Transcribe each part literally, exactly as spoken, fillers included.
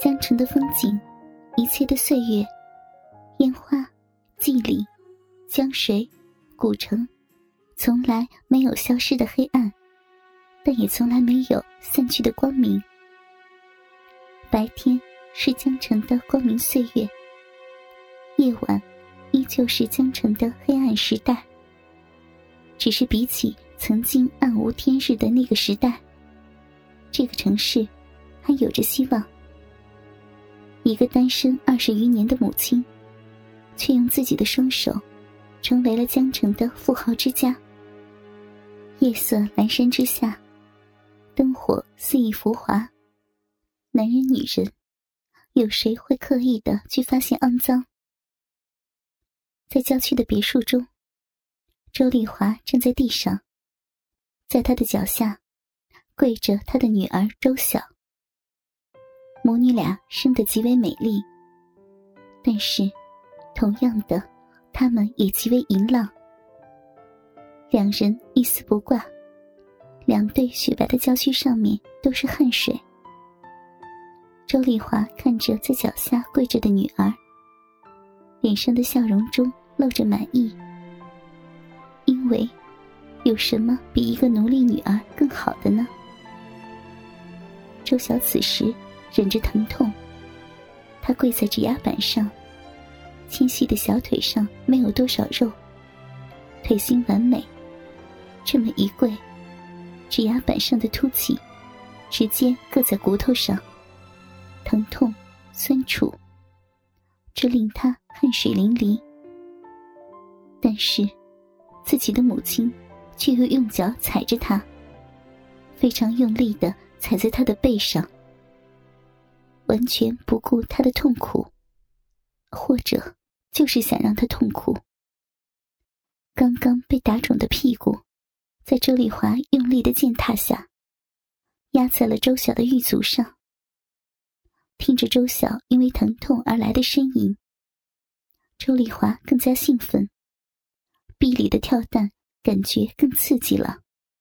江城的风景，一切的岁月，烟花、祭礼、江水、古城，从来没有消失的黑暗，但也从来没有散去的光明。白天是江城的光明岁月，夜晚依旧是江城的黑暗时代。只是比起曾经暗无天日的那个时代，这个城市还有着希望。一个单身二十余年的母亲，却用自己的双手成为了江城的富豪之家。夜色阑珊之下，灯火肆意浮华，男人女人，有谁会刻意的去发现肮脏？在郊区的别墅中，周丽华站在地上，在她的脚下跪着她的女儿周晓。母女俩生得极为美丽，但是同样的，她们也极为淫浪。两人一丝不挂，两对雪白的娇躯上面都是汗水。周丽华看着在脚下跪着的女儿，脸上的笑容中露着满意。因为有什么比一个奴隶女儿更好的呢？周晓此时忍着疼痛，她跪在指压板上，纤细的小腿上没有多少肉，腿型完美。这么一跪，指压板上的凸起直接硌在骨头上，疼痛酸楚，这令她汗水淋漓。但是自己的母亲却又用脚踩着她，非常用力地踩在她的背上，完全不顾她的痛苦，或者就是想让她痛苦。刚刚被打肿的屁股在周丽华用力的践踏下压在了周晓的玉足上。听着周晓因为疼痛而来的呻吟，周丽华更加兴奋，臂里的跳蛋感觉更刺激了。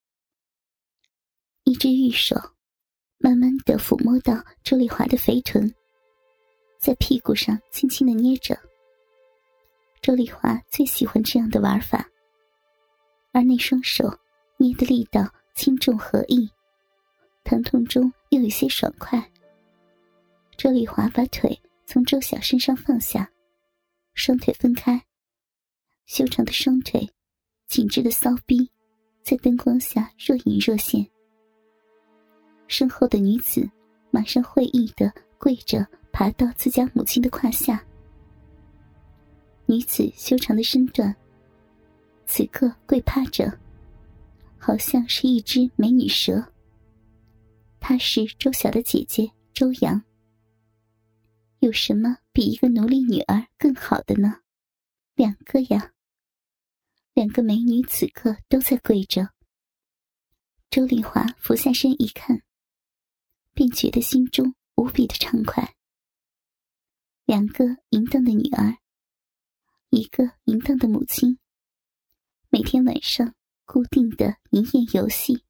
一只玉手慢慢地抚摸到周丽华的肥臀，在屁股上轻轻地捏着。周丽华最喜欢这样的玩法，而那双手捏的力道轻重合一，疼痛中又有些爽快。周丽华把腿从周晓身上放下，双腿分开，修长的双腿，紧致的骚逼在灯光下若隐若现。身后的女子马上会意地跪着爬到自家母亲的胯下。女子修长的身段此刻跪趴着，好像是一只美女蛇。她是周晓的姐姐周阳。有什么比一个奴隶女儿更好的呢？两个呀。两个美女此刻都在跪着。周丽华俯下身一看，便觉得心中无比的畅快。两个淫荡的女儿，一个淫荡的母亲，每天晚上固定的营业游戏。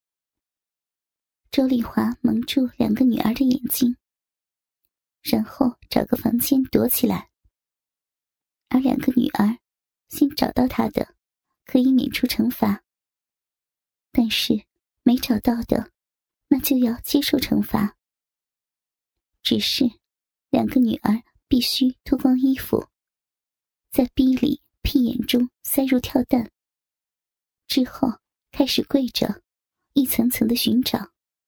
周丽华蒙住两个女儿的眼睛，然后找个房间躲起来。而两个女儿先找到她的，可以免除惩罚，但是没找到的，那就要接受惩罚。只是两个女儿必须脱光衣服，在逼里屁眼中塞入跳蛋，之后开始跪着一层层的寻找。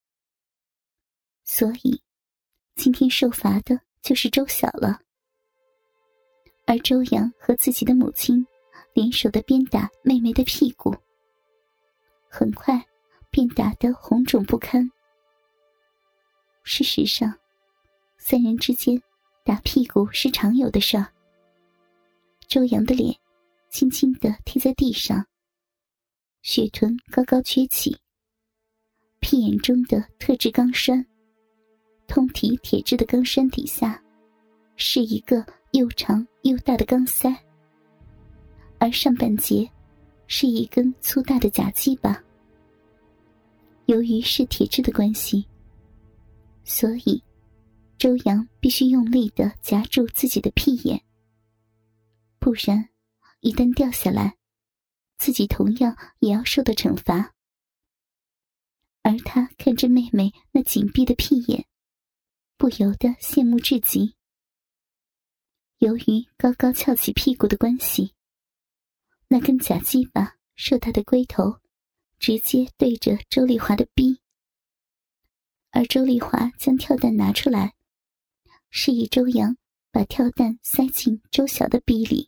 所以今天受罚的就是周晓了。而周阳和自己的母亲联手的鞭打妹妹的屁股，很快便打得红肿不堪。事实上，三人之间打屁股是常有的事儿。周阳的脸轻轻地贴在地上，血臀高高撅起，屁眼中的特制钢栓，通体铁质的钢栓底下是一个又长又大的钢塞，而上半截是一根粗大的假鸡巴。由于是铁质的关系，所以周阳必须用力地夹住自己的屁眼，不然一旦掉下来，自己同样也要受到惩罚。而他看着妹妹那紧闭的屁眼，不由得羡慕至极。由于高高翘起屁股的关系，那根假鸡巴硕大的龟头直接对着周丽华的逼，而周丽华将跳蛋拿出来，示意周阳把跳蛋塞进周晓的逼里。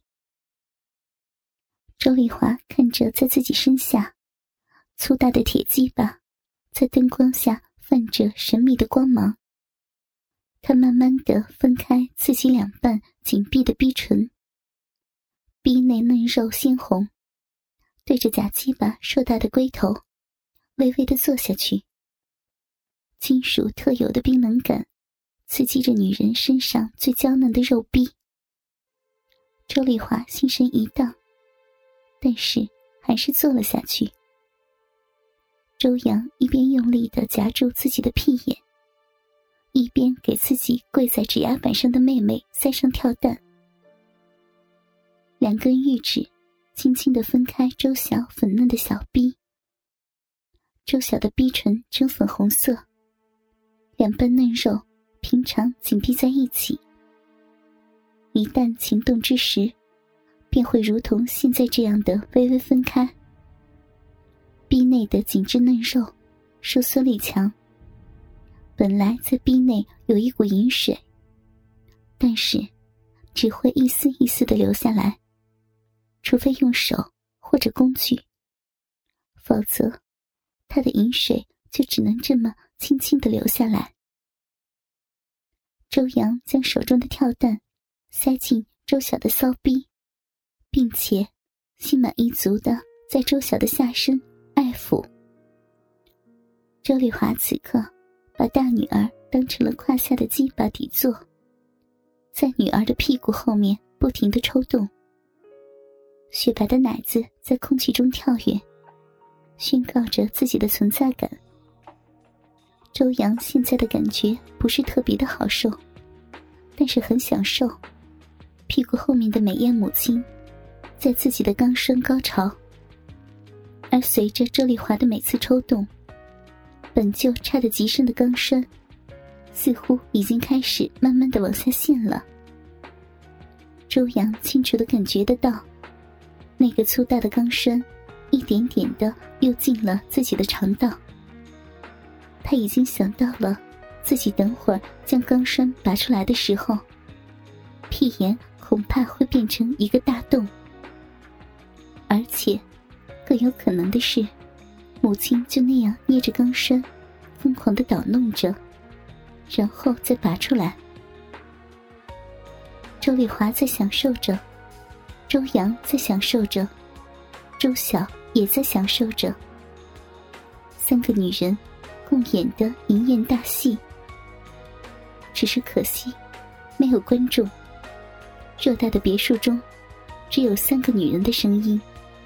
周丽华看着在自己身下粗大的铁鸡巴在灯光下泛着神秘的光芒，她慢慢地分开自己两半紧闭的逼唇，逼内嫩肉鲜红，对着假鸡巴硕大的龟头微微地坐下去。金属特有的冰冷感刺激着女人身上最娇嫩的肉壁。周丽华心神一荡，但是还是坐了下去。周阳一边用力地夹住自己的屁眼，一边给自己跪在指压板上的妹妹塞上跳蛋。两根玉指轻轻地分开周晓粉嫩的小逼。周晓的逼唇呈粉红色，两瓣嫩肉平常紧闭在一起，一旦情动之时，便会如同现在这样的微微分开。逼内的紧致嫩肉收缩力强，本来在逼内有一股饮水，但是只会一丝一丝地流下来，除非用手或者工具，否则它的饮水就只能这么轻轻地流下来。周阳将手中的跳蛋塞进周晓的骚逼，并且心满意足地在周晓的下身爱抚。周丽华此刻把大女儿当成了胯下的鸡巴底座，在女儿的屁股后面不停地抽动，雪白的奶子在空气中跳跃，宣告着自己的存在感。周阳现在的感觉不是特别的好受，但是很享受。屁股后面的美艳母亲在自己的肛栓高潮，而随着周丽华的每次抽动，本就插得极深的肛栓似乎已经开始慢慢地往下陷了。周阳清楚地感觉得到，那个粗大的肛栓一点点地又进了自己的肠道。他已经想到了自己等会儿将肛栓拔出来的时候，屁眼恐怕会变成一个大洞，而且更有可能的是，母亲就那样捏着肛栓疯狂地捣弄着，然后再拔出来。周丽华在享受着，周阳在享受着，周晓也在享受着，三个女人共演的银艳大戏。只是可惜没有观众，偌大的别墅中只有三个女人的声音。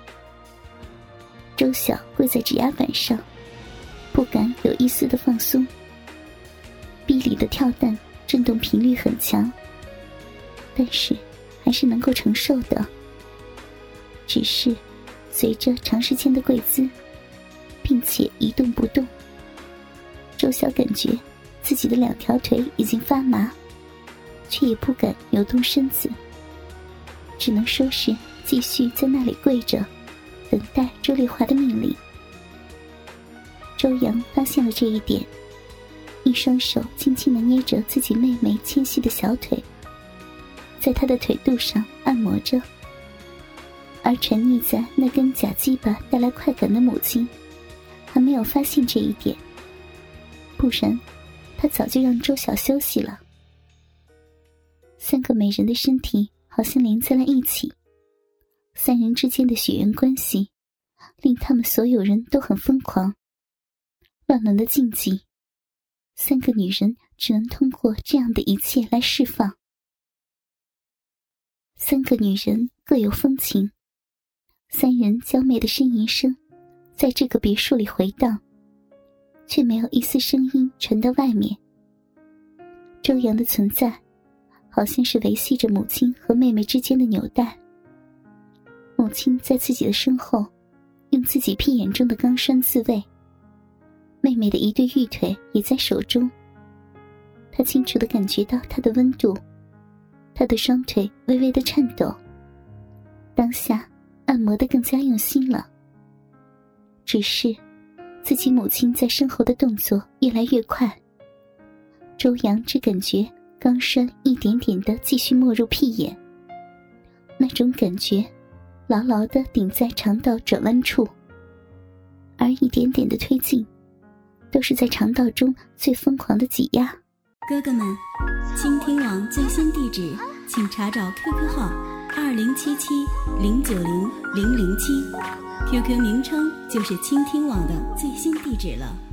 周晓跪在指压板上，不敢有一丝的放松，壁里的跳蛋震动频率很强，但是还是能够承受的。只是随着长时间的跪姿并且一动不动，周晓感觉自己的两条腿已经发麻，却也不敢扭动身子，只能说是继续在那里跪着，等待周丽华的命令。周阳发现了这一点，一双手轻轻地捏着自己妹妹纤细的小腿，在她的腿肚上按摩着。而沉溺在那根假鸡巴带来快感的母亲还没有发现这一点，不然她早就让周晓休息了。三个美人的身体好像连在了一起，三人之间的血缘关系令他们所有人都很疯狂。乱伦的禁忌，三个女人只能通过这样的一切来释放。三个女人各有风情，三人娇媚的呻吟声在这个别墅里回荡，却没有一丝声音传到外面。 周阳的存在好像是维系着母亲和妹妹之间的纽带。母亲在自己的身后用自己屁眼中的钢栓自慰，妹妹的一对玉腿也在手中。她清楚地感觉到她的温度，她的双腿微微的颤抖。当下按摩得更加用心了。只是自己母亲在身后的动作越来越快，周阳只感觉钢栓一点点地继续没入屁眼，那种感觉牢牢地顶在肠道转弯处，而一点点的推进都是在肠道中最疯狂的挤压。 哥哥们，倾听网最新地址请查找 Q Q 号二零七七零九零零零七， Q Q 名称就是倾听网的最新地址了。